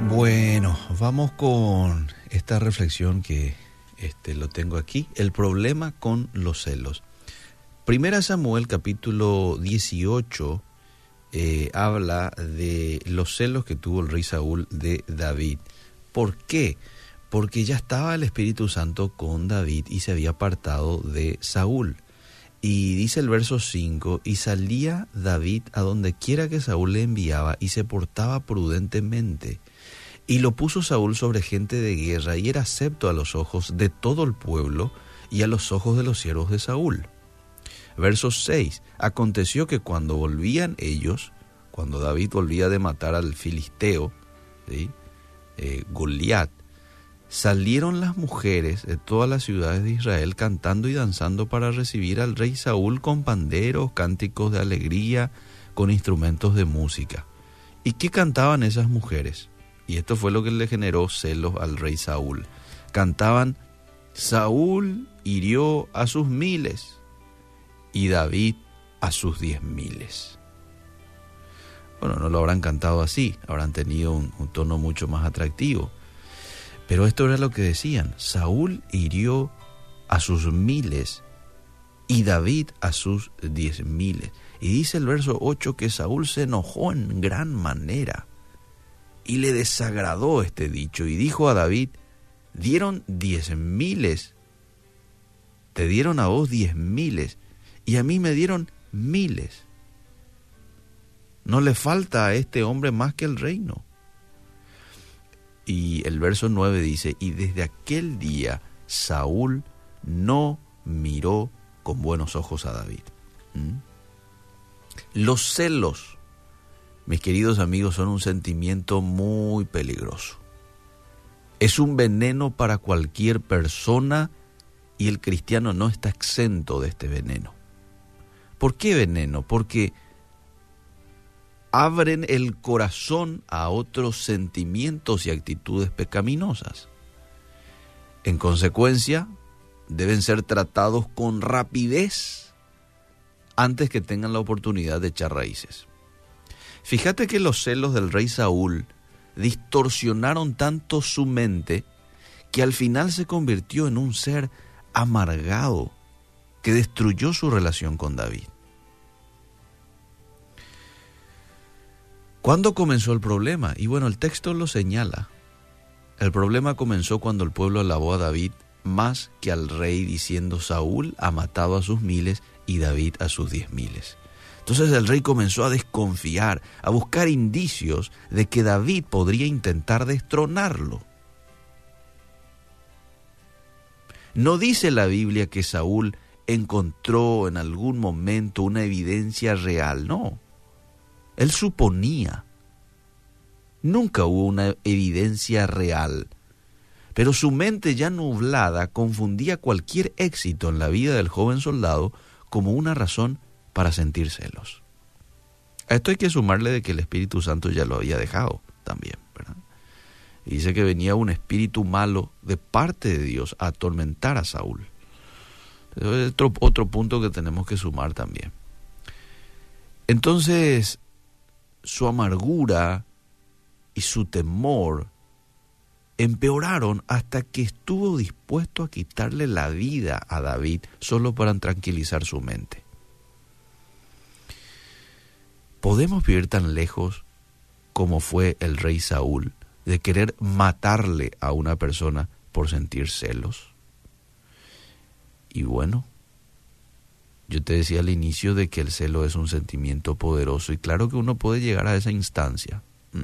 Bueno, vamos con esta reflexión que lo tengo aquí. El problema con los celos. Primera Samuel, capítulo 18, habla de los celos que tuvo el rey Saúl de David. ¿Por qué? Porque ya estaba el Espíritu Santo con David y se había apartado de Saúl. Y dice el verso 5, y salía David a donde quiera que Saúl le enviaba y se portaba prudentemente. Y lo puso Saúl sobre gente de guerra y era acepto a los ojos de todo el pueblo y a los ojos de los siervos de Saúl. Verso 6, aconteció que cuando volvían ellos, cuando David volvía de matar al filisteo, ¿sí? Goliat, salieron las mujeres de todas las ciudades de Israel cantando y danzando para recibir al rey Saúl con panderos, cánticos de alegría, con instrumentos de música. ¿Y qué cantaban esas mujeres? Y esto fue lo que le generó celos al rey Saúl. Cantaban: Saúl hirió a sus 1000 y David a sus 10,000. Bueno, no lo habrán cantado así, habrán tenido un tono mucho más atractivo. Pero esto era lo que decían: Saúl hirió a sus 1000 y David a sus 10,000. Y dice el verso 8 que Saúl se enojó en gran manera y le desagradó este dicho y dijo a David: dieron 10,000, te dieron a vos 10,000 y a mí me dieron 1000. No le falta a este hombre más que el reino. Y el verso 9 dice: y desde aquel día Saúl no miró con buenos ojos a David. Los celos, mis queridos amigos, son un sentimiento muy peligroso. Es un veneno para cualquier persona y el cristiano no está exento de este veneno. ¿Por qué veneno? Porque abren el corazón a otros sentimientos y actitudes pecaminosas. En consecuencia, deben ser tratados con rapidez antes que tengan la oportunidad de echar raíces. Fíjate que los celos del rey Saúl distorsionaron tanto su mente que al final se convirtió en un ser amargado que destruyó su relación con David. ¿Cuándo comenzó el problema? Y bueno, el texto lo señala. El problema comenzó cuando el pueblo alabó a David más que al rey, diciendo: Saúl ha matado a sus 1000 y David a sus 10,000. Entonces el rey comenzó a desconfiar, a buscar indicios de que David podría intentar destronarlo. No dice la Biblia que Saúl encontró en algún momento una evidencia real, no. Él suponía. Nunca hubo una evidencia real. Pero su mente ya nublada confundía cualquier éxito en la vida del joven soldado como una razón para sentir celos. A esto hay que sumarle de que el Espíritu Santo ya lo había dejado también, ¿verdad? Y dice que venía un espíritu malo de parte de Dios a atormentar a Saúl. Es otro punto que tenemos que sumar también. Entonces, su amargura y su temor empeoraron hasta que estuvo dispuesto a quitarle la vida a David solo para tranquilizar su mente. ¿Podemos vivir tan lejos como fue el rey Saúl de querer matarle a una persona por sentir celos? Y bueno, yo te decía al inicio de que el celo es un sentimiento poderoso y claro que uno puede llegar a esa instancia.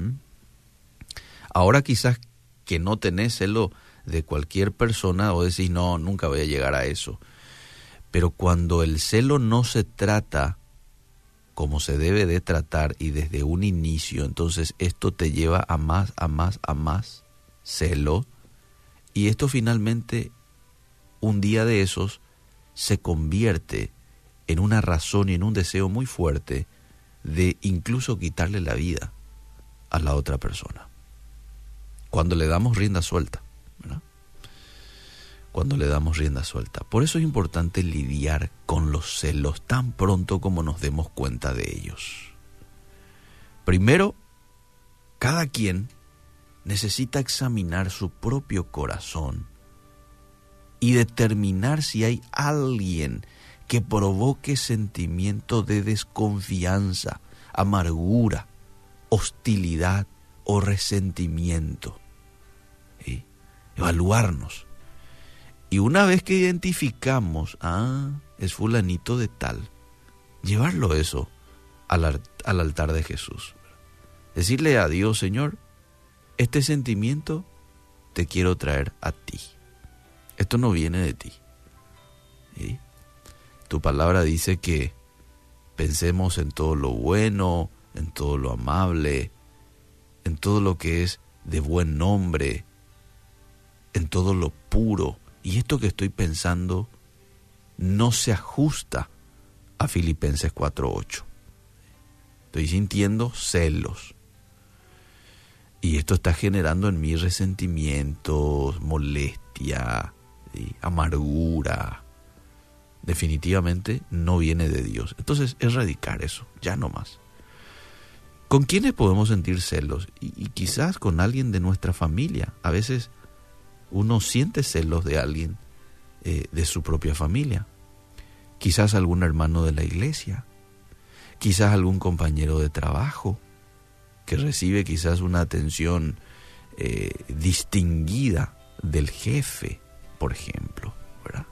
Ahora quizás que no tenés celo de cualquier persona o decís: no, nunca voy a llegar a eso. Pero cuando el celo no se trata como se debe de tratar y desde un inicio, entonces esto te lleva a más celo y esto finalmente un día de esos se convierte en una razón y en un deseo muy fuerte de incluso quitarle la vida a la otra persona. Cuando le damos rienda suelta, ¿verdad? Cuando le damos rienda suelta. Por eso es importante lidiar con los celos tan pronto como nos demos cuenta de ellos. Primero, cada quien necesita examinar su propio corazón y determinar si hay alguien que provoque sentimiento de desconfianza, amargura, hostilidad o resentimiento. ¿Sí? Evaluarnos. Y una vez que identificamos, es fulanito de tal, llevarlo eso al altar de Jesús. Decirle a Dios, Señor, este sentimiento te quiero traer a ti. Esto no viene de ti. ¿Sí? Tu palabra dice que pensemos en todo lo bueno, en todo lo amable, en todo lo que es de buen nombre, en todo lo puro. Y esto que estoy pensando no se ajusta a Filipenses 4:8. Estoy sintiendo celos. Y esto está generando en mí resentimientos, molestia, ¿sí? Amargura. Definitivamente no viene de Dios. Entonces, erradicar eso, ya no más. ¿Con quiénes podemos sentir celos? Y quizás con alguien de nuestra familia. A veces uno siente celos de alguien de su propia familia. Quizás algún hermano de la iglesia. Quizás algún compañero de trabajo que recibe quizás una atención distinguida del jefe, por ejemplo, ¿verdad?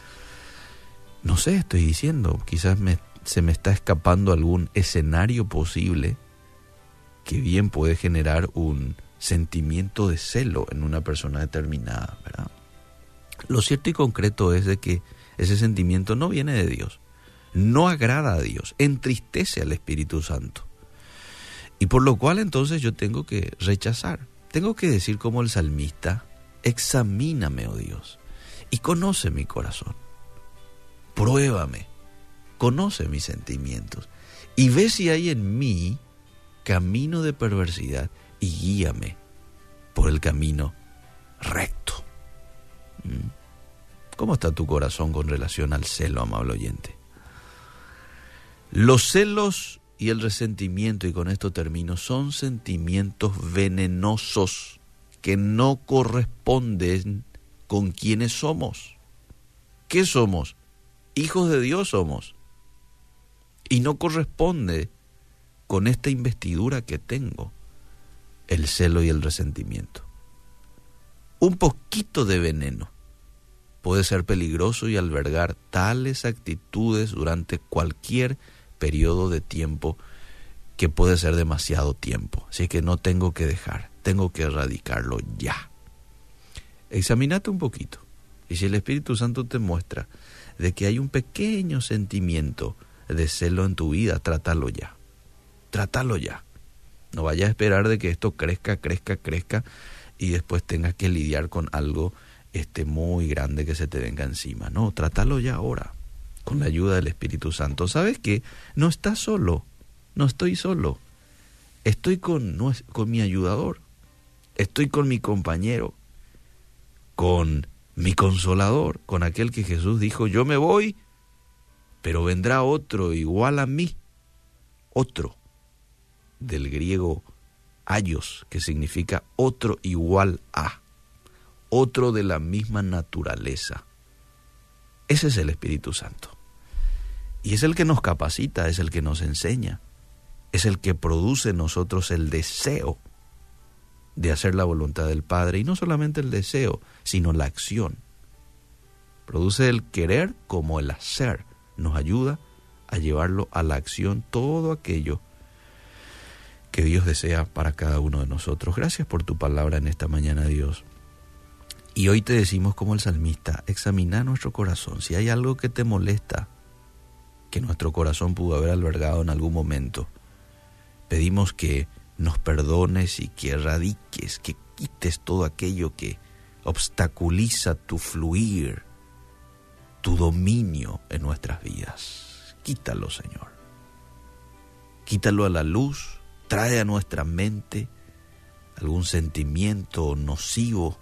No sé, estoy diciendo, quizás se me está escapando algún escenario posible que bien puede generar un sentimiento de celo en una persona determinada, ¿verdad? Lo cierto y concreto es de que ese sentimiento no viene de Dios, no agrada a Dios, entristece al Espíritu Santo. Y por lo cual entonces yo tengo que rechazar, tengo que decir como el salmista, examíname, oh Dios, y conoce mi corazón, pruébame, conoce mis sentimientos, y ve si hay en mí camino de perversidad, y guíame por el camino recto. ¿Cómo está tu corazón con relación al celo, amable oyente? Los celos y el resentimiento, y con esto termino, son sentimientos venenosos que no corresponden con quienes somos. ¿Qué somos? Hijos de Dios somos. Y no corresponde con esta investidura que tengo, el celo y el resentimiento. Un poquito de veneno puede ser peligroso y albergar tales actitudes durante cualquier periodo de tiempo que puede ser demasiado tiempo. Así que no tengo que dejar, tengo que erradicarlo ya. Examínate un poquito. Y si el Espíritu Santo te muestra de que hay un pequeño sentimiento de celo en tu vida, trátalo ya. Trátalo ya. No vayas a esperar de que esto crezca y después tengas que lidiar con algo muy grande que se te venga encima. No, trátalo ya ahora, con la ayuda del Espíritu Santo. ¿Sabes qué? No estás solo, no estoy solo. Estoy con mi ayudador, estoy con mi compañero, con mi consolador, con aquel que Jesús dijo, yo me voy, pero vendrá otro igual a mí, otro, del griego aios, que significa otro igual a, otro de la misma naturaleza. Ese es el Espíritu Santo. Y es el que nos capacita, es el que nos enseña, es el que produce en nosotros el deseo de hacer la voluntad del Padre. Y no solamente el deseo, sino la acción. Produce el querer como el hacer. Nos ayuda a llevarlo a la acción todo aquello que Dios desea para cada uno de nosotros. Gracias por tu palabra en esta mañana, Dios. Y hoy te decimos como el salmista, examina nuestro corazón. Si hay algo que te molesta, que nuestro corazón pudo haber albergado en algún momento, pedimos que nos perdones y que erradiques, que quites todo aquello que obstaculiza tu fluir, tu dominio en nuestras vidas. Quítalo, Señor. Quítalo a la luz, trae a nuestra mente algún sentimiento nocivo,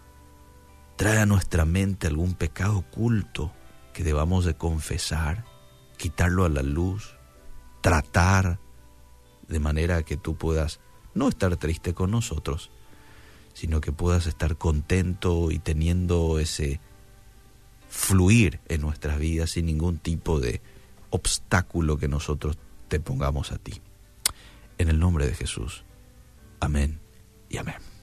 trae a nuestra mente algún pecado oculto que debamos de confesar, quitarlo a la luz, tratar de manera que tú puedas no estar triste con nosotros, sino que puedas estar contento y teniendo ese fluir en nuestras vidas sin ningún tipo de obstáculo que nosotros te pongamos a ti. En el nombre de Jesús. Amén y amén.